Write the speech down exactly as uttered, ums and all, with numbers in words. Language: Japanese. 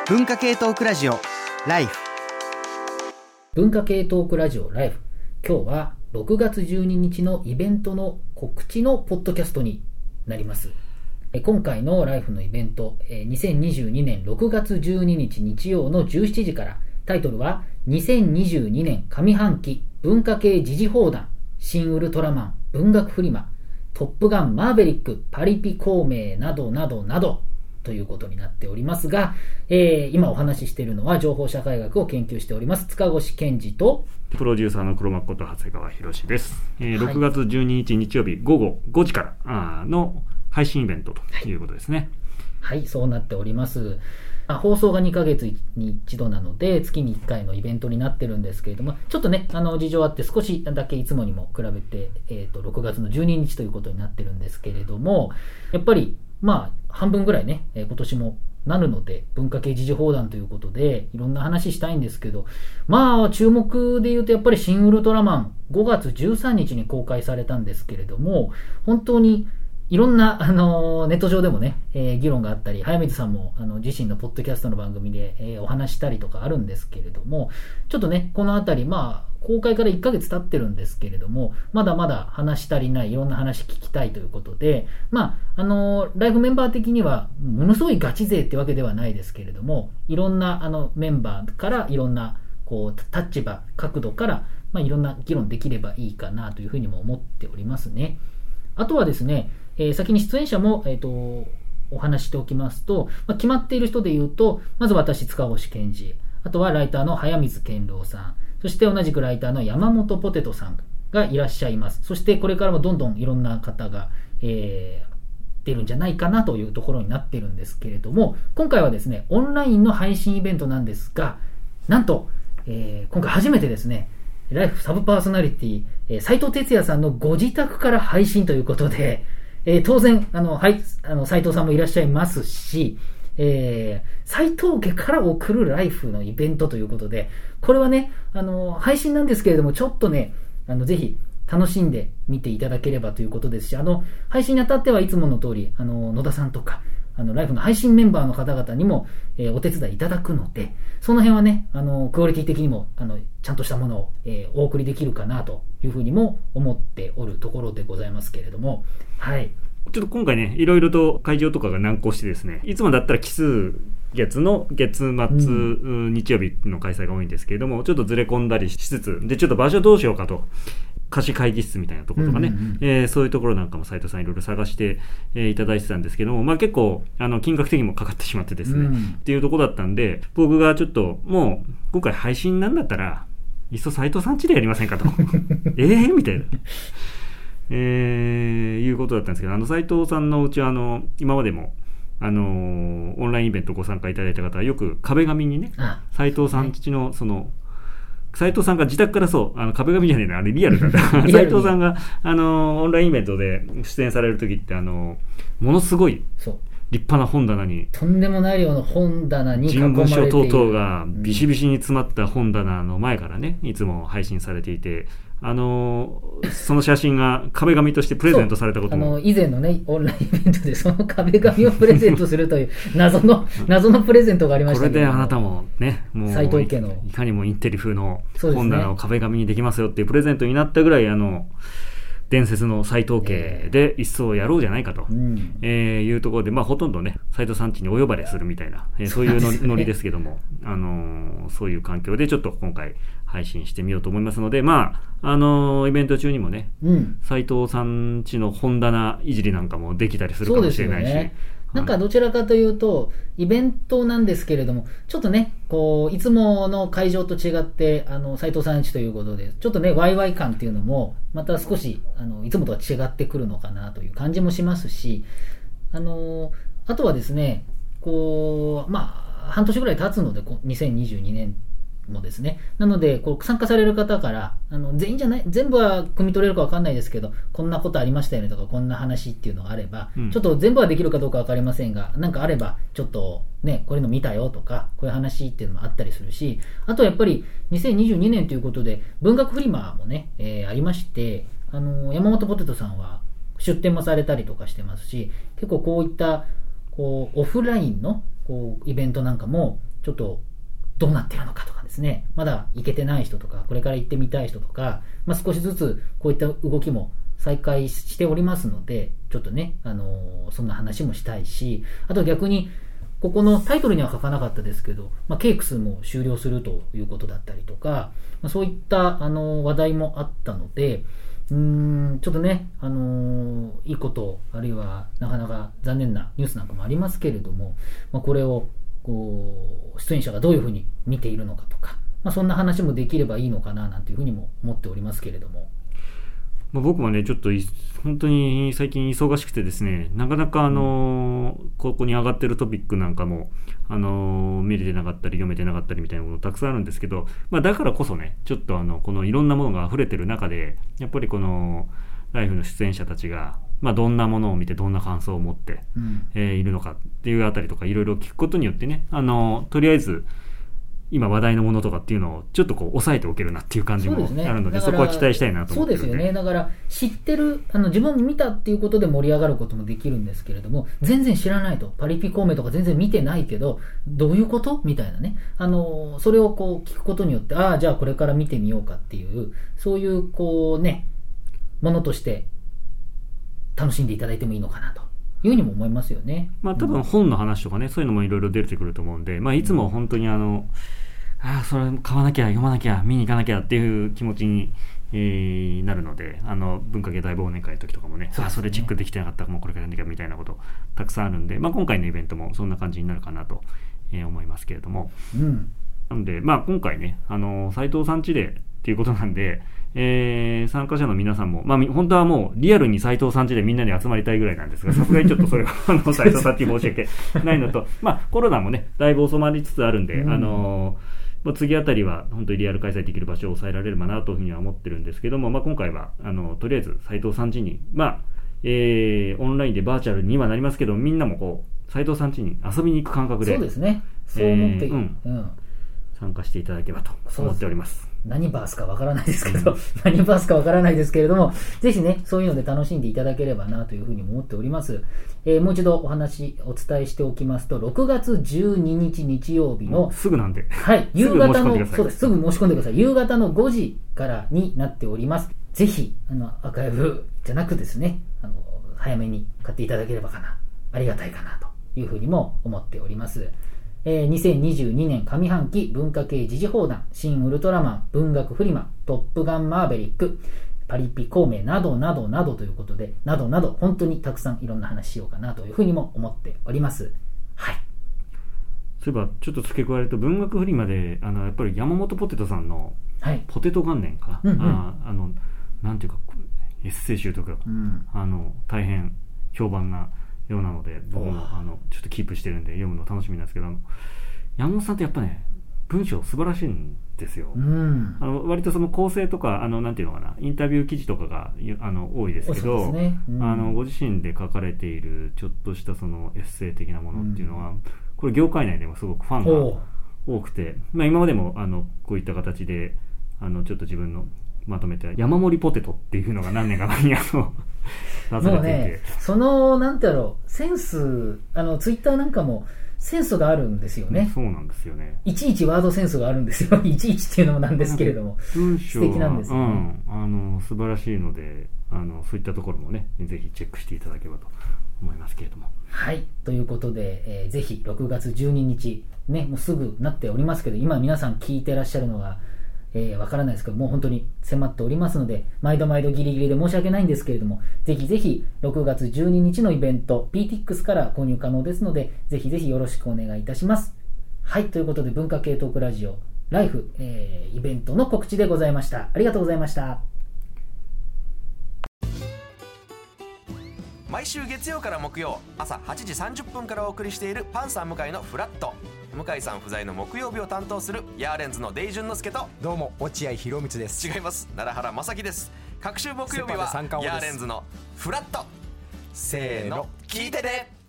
文化系トークラジオライフ。 文化系トークラジオライフ。今日はろくがつじゅうににちのイベントの告知のポッドキャストになります。今回のライフのイベント、にせんにじゅうにねんろくがつじゅうににち日曜のじゅうしちじから、タイトルはにせんにじゅうにねん上半期文化系時事放談、新ウルトラマン、文学フリマ、トップガンマーヴェリック、パリピ孔明などなどなどということになっておりますが、えー、今お話ししているのは情報社会学を研究しております塚越健二とプロデューサーの黒幕こと長谷川博です、えーはい、ろくがつじゅうににち日曜日ごごごじからの配信イベントということですね。 はい、はい、そうなっております。あ、放送がにかげつに一度なので月にいっかいのイベントになってるんですけれども、ちょっとねあの事情あって少しだけいつもにも比べて、えーと、ろくがつのじゅうににちということになってるんですけれども、やっぱりまあ半分ぐらいね、えー、今年もなるので文化系時事放談ということでいろんな話したいんですけど、まあ注目で言うとやっぱり新ウルトラマンごがつじゅうさんにちに公開されたんですけれども、本当にいろんな、あのネット上でもね、えー、議論があったり、早水さんもあの自身のポッドキャストの番組で、えー、お話したりとかあるんですけれども、ちょっとねこのあたり、まあ公開からいっかげつ経ってるんですけれども、まだまだ話し足りない、いろんな話聞きたいということで、まああのライフメンバー的にはものすごいガチ勢ってわけではないですけれども、いろんなあのメンバーからいろんなこう立場角度から、まあ、いろんな議論できればいいかなというふうにも思っておりますね。あとはですね、えー、先に出演者も、えー、とお話しておきますと、まあ、決まっている人でいうと、まず私塚越健二、あとはライターの早水健郎さん、そして同じくライターの山本ポテトさんがいらっしゃいます。そしてこれからもどんどんいろんな方が、えー、出るんじゃないかなというところになっているんですけれども、今回はですねオンラインの配信イベントなんですが、なんと、えー、今回初めてですねライフサブパーソナリティ、えー、斉藤哲也さんのご自宅から配信ということで、えー、当然あの、はい、あの斉藤さんもいらっしゃいますし、えー、斉藤家から送るライフのイベントということで、これはねあの配信なんですけれども、ちょっとねあのぜひ楽しんで見ていただければということですし、あの配信にあたってはいつもの通りあの野田さんとかあのライフの配信メンバーの方々にも、えー、お手伝いいただくので、その辺はねあのクオリティ的にもあのちゃんとしたものを、えー、お送りできるかなというふうにも思っておるところでございますけれども、はい、 ちょっと今回ねいろいろと会場とかが難航してですね、いつもだったら奇数月の月末、うん、日曜日の開催が多いんですけれども、ちょっとずれ込んだりしつつで、ちょっと場所どうしようかと、貸し会議室みたいなところとかね、うんうんうん、えー、そういうところなんかも斉藤さんいろいろ探して、えー、いただいてたんですけども、まあ、結構あの金額的にもかかってしまってですね、うん、っていうところだったんで、僕がちょっともう今回配信なんだったらいっそ斉藤さん家でやりませんかとえーみたいなえー、いうことだったんですけど、あの斉藤さんのうちはあの今までもあのオンラインイベントご参加いただいた方はよく壁紙にね、斉藤さん家のその斉藤さんが自宅からそうあの壁紙じゃねえな、あれリアルだった斉藤さんがあのオンラインイベントで出演される時ってあのものすごい立派な本棚に、 とんでもない量の本棚に囲まれている、 人文書等々がビシビシに詰まった本棚の前からねいつも配信されていて、あのー、その写真が壁紙としてプレゼントされたことも、 あの以前のねオンラインイベントでその壁紙をプレゼントするという謎の謎のプレゼントがありましたけど、 これであなたもねもう斉藤家のいかにもインテリ風の本棚を壁紙にできますよっていうプレゼントになったぐらい、あの伝説の斉藤家で一層やろうじゃないかと、うんえー、いうところで、まあ、ほとんどね斉藤さん家にお呼ばれするみたいな、えー、そういうのノリですけども、あのー、そういう環境でちょっと今回配信してみようと思いますので、まああのー、イベント中にもね、うん、斉藤さん家の本棚いじりなんかもできたりするかもしれないし、 なんかどちらかというとイベントなんですけれども、ちょっとねこういつもの会場と違ってあの斉藤さん家ということでちょっとねワイワイ感っていうのもまた少しあのいつもとは違ってくるのかなという感じもしますし、あのあとはですねこうまあ半年ぐらい経つのでにせんにじゅうにねんもですね、なのでこう参加される方からあの全員じゃない全部は汲み取れるか分かんないですけど、こんなことありましたよねとかこんな話っていうのがあれば、うん、ちょっと全部はできるかどうか分かりませんが、なんかあればちょっとねこういうの見たよとかこういう話っていうのもあったりするし、あとやっぱりにせんにじゅうにねんということで文学フリマもね、えー、ありまして、あの山本ポテトさんは出展もされたりとかしてますし、結構こういったこうオフラインのこうイベントなんかもちょっとどうなってるのかとかですね、まだ行けてない人とかこれから行ってみたい人とか、まあ、少しずつこういった動きも再開しておりますので、ちょっとね、あのー、そんな話もしたいし、あと逆にここのタイトルには書かなかったですけど、まあ、ケイクスも終了するということだったりとか、まあ、そういったあの話題もあったので、うーんちょっとね、あのー、いいこと、あるいはなかなか残念なニュースなんかもありますけれども、まあ、これをこう出演者がどういうふうに見ているのかとか、まあ、そんな話もできればいいのかななんていうふうにも思っておりますけれども、 まあ、僕もねちょっと本当に最近忙しくてですね、なかなかあのー、ここに上がってるトピックなんかもあのー、見れてなかったり読めてなかったりみたいなものたくさんあるんですけど、まあ、だからこそねちょっとあのこのいろんなものが溢れてる中で、やっぱりこのライフの出演者たちが、まあ、どんなものを見てどんな感想を持って、うんえー、いるのかっていうあたりとかいろいろ聞くことによってね、あのー、とりあえず今話題のものとかっていうのをちょっとこう抑えておけるなっていう感じもあるので、 そ, で、ね、そこは期待したいなと思ってるので。 そうですよね。だから知ってる、あの自分見たっていうことで盛り上がることもできるんですけれども、全然知らないと、パリピ孔明とか全然見てないけどどういうことみたいなね、あのそれをこう聞くことによって、ああじゃあこれから見てみようかっていう、そういうこうねものとして楽しんでいただいてもいいのかなというふうにも思いますよね。 まあ多分本の話とかね、そういうのもいろいろ出てくると思うんで、まあいつも本当にあの、ああそれ買わなきゃ読まなきゃ見に行かなきゃっていう気持ちに、えー、なるので、あの文化系大忘年会の時とかもね、そ, ねあそれチェックできてなかったらもうこれからやんなきゃみたいなことたくさんあるんで、まあ、今回のイベントもそんな感じになるかなと、えー、思いますけれども、うん、なので、まあ、今回ねあの斉藤さん家でっていうことなんで、えー、参加者の皆さんも、まあ、本当はもうリアルに斉藤さん家でみんなで集まりたいぐらいなんですが、さすがにちょっとそれはあの斉藤さん家に申し訳ないのと、まあ、コロナもねだいぶ収まりつつあるんで、うん、あのまあ、次あたりは本当にリアル開催できる場所を抑えられればなというふうには思ってるんですけども、まあ、今回はあのとりあえず斉藤さん家に、まあえー、オンラインでバーチャルにはなりますけど、みんなもこう斉藤さん家に遊びに行く感覚で、 そうですね、そう思っていい、えーうんうん、 参加していただければと思っております。 何バースかわからないですけど何バースかわからないですけれども、ぜひねそういうので楽しんでいただければなというふうに思っております。えー、もう一度お話お伝えしておきますと、ろくがつじゅうににち日曜日のすぐなんで、 はい、夕方のそうですすぐ申し込んでください。夕方のごじからになっております。ぜひあのアーカイブじゃなくですね、あの早めに買っていただければかな、ありがたいかなというふうにも思っております。えー、にせんにじゅうにねん上半期文化系時事放談、新ウルトラマン、文学フリマ、トップガンマーベリック、パリピ孔明などなどなどということで、などなど本当にたくさんいろんな話しようかなというふうにも思っております。はい。 そういえばちょっと付け加えると、文学フリマであのやっぱり山本ポテトさんのポテト元年かな、はい、うんうん、ああのなんていうかエッセイ集とか、うん、あの大変評判なようなので、僕もあのちょっとキープしてるんで読むの楽しみなんですけど、山本さんってやっぱね文章素晴らしいんですよ、うん、あの割とその構成とかあのなんていうのかな、インタビュー記事とかがあの多いですけど、ね、うん、あのご自身で書かれているちょっとしたそのエッセイ的なものっていうのは、うん、これ業界内でもすごくファンが多くて、まあ、今までもあのこういった形であのちょっと自分のまとめて山盛りポテトっていうのが何年か前にあの出されていて、もうねそのなんてやろうセンス、あのツイッターなんかもセンスがあるんですよね。 そうなんですよね。 いちいちワードセンスがあるんですよ。いちいちっていうのもなんですけれども、 文章は素敵なんですよね、うん、あの素晴らしいので、あのそういったところもねぜひチェックしていただければと思いますけれども。 はい、ということで、えー、ぜひろくがつじゅうににちね、もうすぐなっておりますけど、今皆さん聞いてらっしゃるのがえー、わからないですけど、もう本当に迫っておりますので、毎度毎度ギリギリで申し訳ないんですけれども、ぜひぜひろくがつじゅうににちのイベント ピーティックス から購入可能ですので、ぜひぜひよろしくお願いいたします。はい、ということで文化系トークラジオライフ、えー、イベントの告知でございました。ありがとうございました。 毎週月曜から木曜朝はちじさんじゅっぷんからお送りしているパンサー向井のフラット。向井さん不在の木曜日を担当するヤーレンズのデイジュンの之介と、 どうも落合博満です。 違います、奈良原正樹です。各週木曜日はヤーレンズのフラット。せーの聞いてね。